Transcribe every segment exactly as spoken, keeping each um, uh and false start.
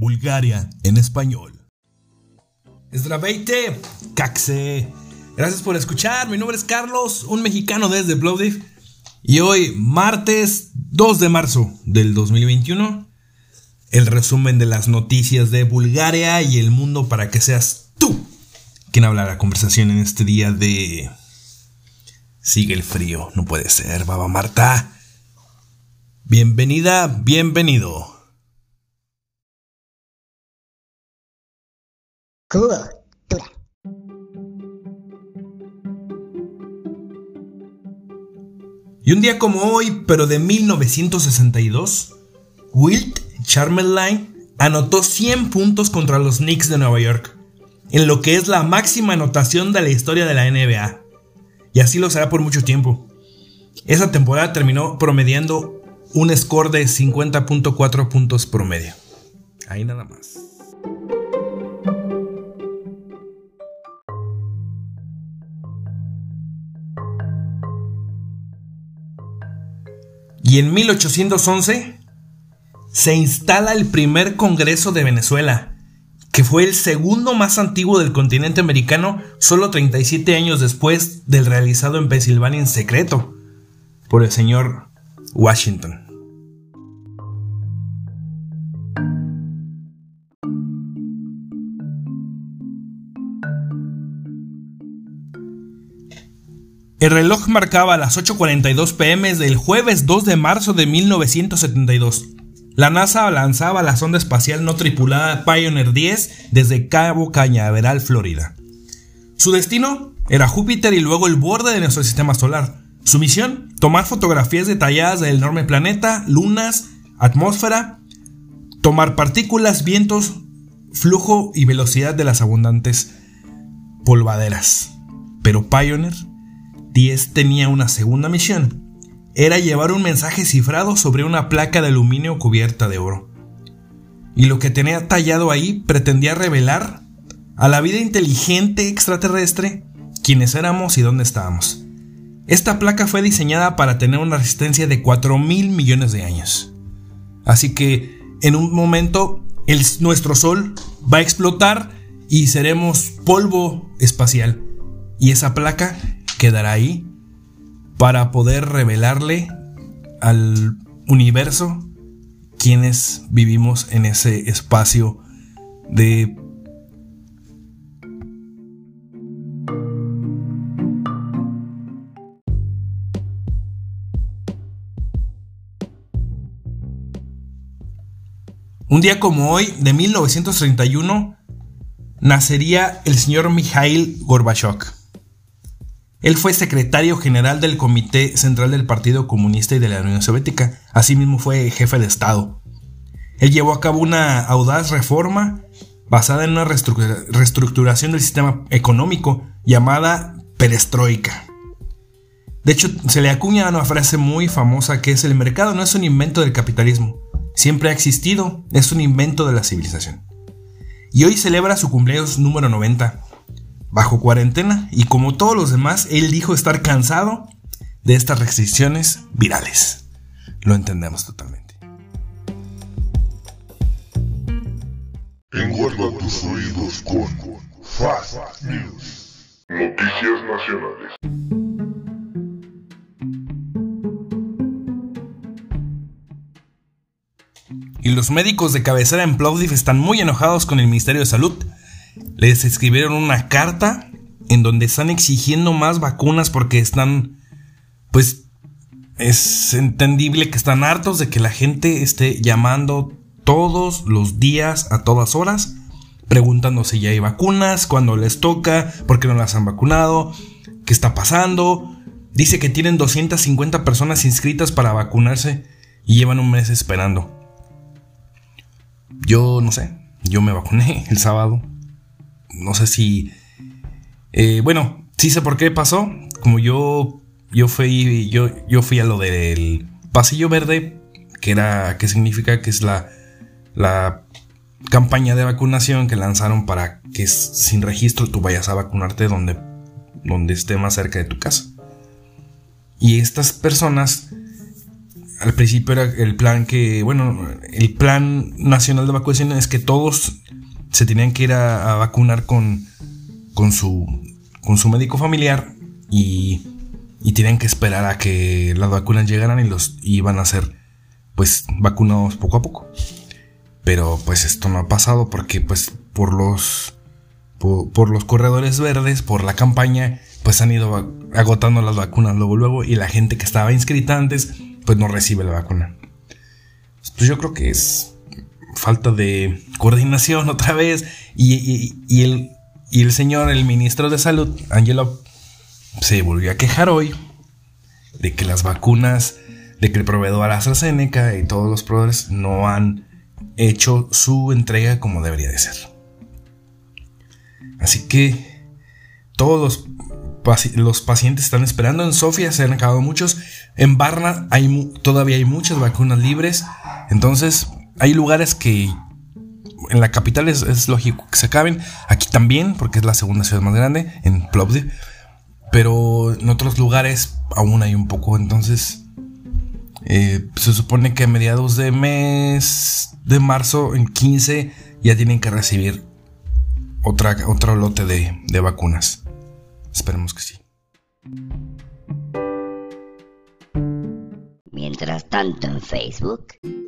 Bulgaria en español. Здравейте, как se? Gracias por escuchar, mi nombre es Carlos, un mexicano desde Plovdiv. Y hoy, martes dos de marzo del dos mil veintiuno, el resumen de las noticias de Bulgaria y el mundo para que seas tú quien habla la conversación en este día de... Sigue el frío, no puede ser, baba Marta. Bienvenida, bienvenido. Cultura. Y un día como hoy, pero de mil novecientos sesenta y dos, Wilt Chamberlain anotó cien puntos contra los Knicks de Nueva York, en lo que es la máxima anotación de la historia de la N B A. Y así lo será por mucho tiempo. Esa temporada terminó promediando un score de cincuenta punto cuatro puntos promedio. Ahí nada más. Y en mil ochocientos once se instala el primer Congreso de Venezuela, que fue el segundo más antiguo del continente americano, solo treinta y siete años después del realizado en Pensilvania en secreto por el señor Washington. El reloj marcaba las ocho cuarenta y dos pm del jueves dos de marzo de mil novecientos setenta y dos. La NASA lanzaba la sonda espacial no tripulada Pioneer diez desde Cabo Cañaveral, Florida. Su destino era Júpiter y luego el borde de nuestro sistema solar. Su misión, tomar fotografías detalladas del enorme planeta, lunas, atmósfera, tomar partículas, vientos, flujo y velocidad de las abundantes polvaderas. Pero Pioneer diez tenía una segunda misión. Era llevar un mensaje cifrado sobre una placa de aluminio cubierta de oro. Y lo que tenía tallado ahí pretendía revelar a la vida inteligente extraterrestre quiénes éramos y dónde estábamos. Esta placa fue diseñada para tener una resistencia de cuatro mil millones de años. Así que en un momento el, nuestro Sol va a explotar y seremos polvo espacial. Y esa placa quedará ahí para poder revelarle al universo quienes vivimos en ese espacio de un día como hoy de mil novecientos treinta y uno nacería el señor Mikhail Gorbachev. Él fue secretario general del Comité Central del Partido Comunista y de la Unión Soviética. Asimismo fue jefe de Estado. Él llevó a cabo una audaz reforma basada en una reestructuración del sistema económico llamada perestroika. De hecho, se le acuña una frase muy famosa que es: el mercado no es un invento del capitalismo, siempre ha existido, es un invento de la civilización. Y hoy celebra su cumpleaños número noventa. Bajo cuarentena, y como todos los demás, él dijo estar cansado de estas restricciones virales. Lo entendemos totalmente. Engorda tus oídos con Fast News. Noticias nacionales. Y los médicos de cabecera en Plovdiv están muy enojados con el Ministerio de Salud. Les escribieron una carta en donde están exigiendo más vacunas porque están, pues, es entendible que están hartos de que la gente esté llamando todos los días, a todas horas, preguntando si ya hay vacunas, cuándo les toca, por qué no las han vacunado, qué está pasando. Dice que tienen doscientas cincuenta personas inscritas para vacunarse y llevan un mes esperando. Yo no sé, yo me vacuné el sábado. No sé si... Eh, bueno, sí sé por qué pasó. Como yo yo fui yo, yo fui a lo del pasillo verde, que era que significa que es la, la campaña de vacunación que lanzaron para que sin registro tú vayas a vacunarte donde, donde esté más cerca de tu casa. Y estas personas al principio era el plan que, bueno, el plan nacional de vacunación es que todos se tenían que ir a, a vacunar con, con, su, con su médico familiar y, y tenían que esperar a que las vacunas llegaran y los iban a ser pues vacunados poco a poco. Pero pues esto no ha pasado porque pues por los por, por los corredores verdes, por la campaña, pues han ido agotando las vacunas luego luego y la gente que estaba inscrita antes pues no recibe la vacuna. Pues yo creo que es falta de coordinación otra vez y, y, y, el, y el señor, el ministro de Salud, Angelo, se volvió a quejar hoy de que las vacunas, de que el proveedor AstraZeneca y todos los proveedores no han hecho su entrega como debería de ser. Así que todos los, paci- los pacientes están esperando. En Sofía se han acabado muchos. En Varna hay mu- todavía hay muchas vacunas libres. Entonces hay lugares que en la capital es, es lógico que se acaben. Aquí también, porque es la segunda ciudad más grande, en Plovdiv. Pero en otros lugares aún hay un poco. Entonces eh, se supone que a mediados de mes de marzo, en quince, ya tienen que recibir otra, otro lote de, de vacunas. Esperemos que sí. Mientras tanto en Facebook.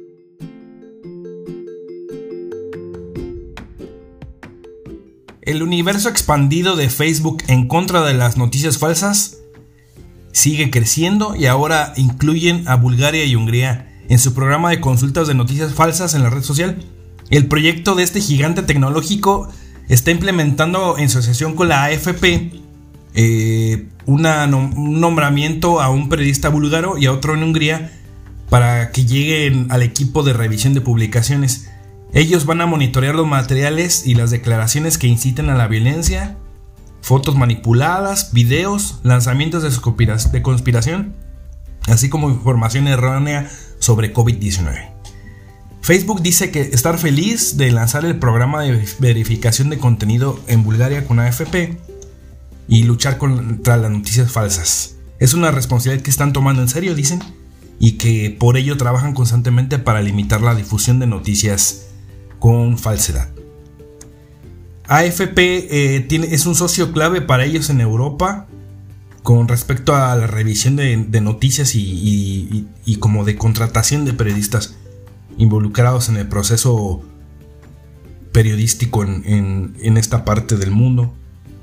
El universo expandido de Facebook en contra de las noticias falsas sigue creciendo y ahora incluyen a Bulgaria y Hungría en su programa de consultas de noticias falsas en la red social. El proyecto de este gigante tecnológico está implementando en asociación con la A F P eh, una, un nombramiento a un periodista búlgaro y a otro en Hungría para que lleguen al equipo de revisión de publicaciones. Ellos van a monitorear los materiales y las declaraciones que inciten a la violencia, fotos manipuladas, videos, lanzamientos de conspiración, así como información errónea sobre COVID diecinueve. Facebook dice que estar feliz de lanzar el programa de verificación de contenido en Bulgaria con A F P y luchar contra las noticias falsas. Es una responsabilidad que están tomando en serio, dicen, y que por ello trabajan constantemente para limitar la difusión de noticias con falsedad. A F P eh, tiene, es un socio clave para ellos en Europa con respecto a la revisión de, de noticias y, y, y, y como de contratación de periodistas involucrados en el proceso periodístico en, en, en esta parte del mundo.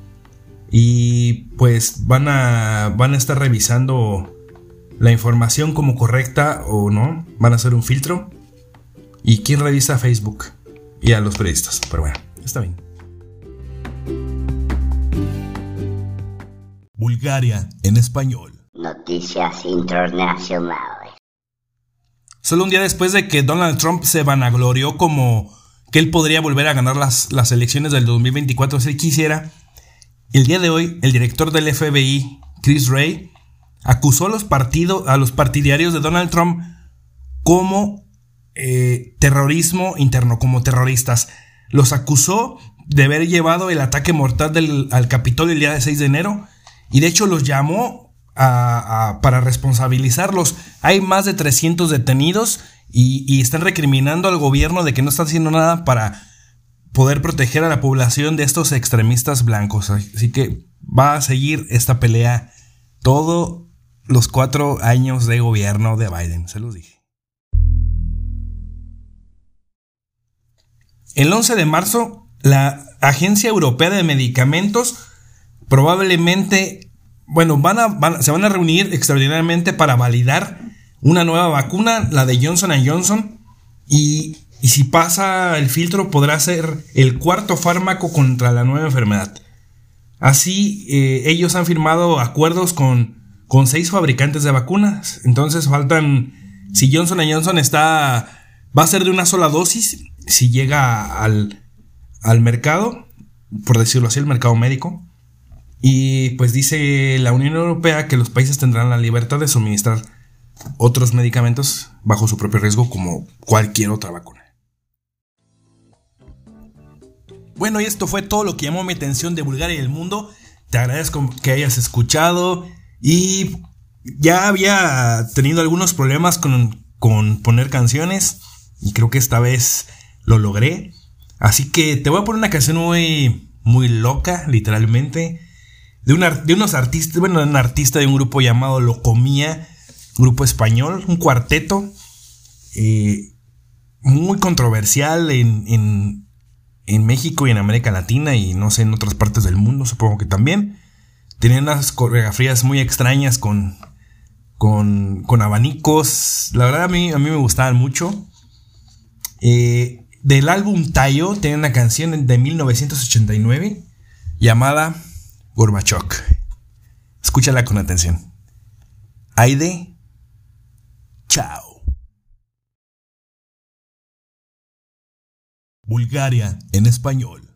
Y pues van a, van a estar revisando la información como correcta o no. Van a hacer un filtro. ¿Y quién revisa a Facebook? Y a los periodistas. Pero bueno, está bien. Bulgaria en español. Noticias internacionales. Solo un día después de que Donald Trump se vanaglorió como que él podría volver a ganar las, las elecciones del dos mil veinticuatro si él quisiera, el día de hoy el director del F B I, Chris Wray, acusó a los, partido, a los partidarios de Donald Trump como eh, terrorismo interno, como terroristas. Los acusó de haber llevado el ataque mortal del, al Capitolio el día seis de enero y de hecho los llamó A, a, para responsabilizarlos. Hay más de trescientos detenidos y, y están recriminando al gobierno de que no está haciendo nada para poder proteger a la población de estos extremistas blancos. Así que va a seguir esta pelea todos los cuatro años de gobierno de Biden, se los dije. El once de marzo, la Agencia Europea de Medicamentos probablemente Bueno, van a, van, se van a reunir extraordinariamente para validar una nueva vacuna, la de Johnson and Johnson, y, y si pasa el filtro podrá ser el cuarto fármaco contra la nueva enfermedad. Así, eh, ellos han firmado acuerdos con, con seis fabricantes de vacunas, entonces faltan, si Johnson and Johnson está, va a ser de una sola dosis, si llega al, al mercado, por decirlo así, el mercado médico. Y pues dice la Unión Europea que los países tendrán la libertad de suministrar otros medicamentos bajo su propio riesgo como cualquier otra vacuna. Bueno, y esto fue todo lo que llamó mi atención de Bulgaria y el mundo. Te agradezco que hayas escuchado y Ya había tenido algunos problemas con, con poner canciones y creo que esta vez lo logré. Así que te voy a poner una canción muy, muy loca, literalmente, de, una, de unos artistas, bueno, un artista de un grupo llamado Locomía, grupo español, un cuarteto eh, muy controversial en, en, en México y en América Latina y no sé, en otras partes del mundo, supongo que también. Tenían unas coreografías muy extrañas con, con, con abanicos. La verdad a mí, a mí me gustaban mucho. Eh, del álbum Tayo tiene una canción de mil novecientos ochenta y nueve llamada Gorbachok. Escúchala con atención. Aide, chao. Bulgaria en español.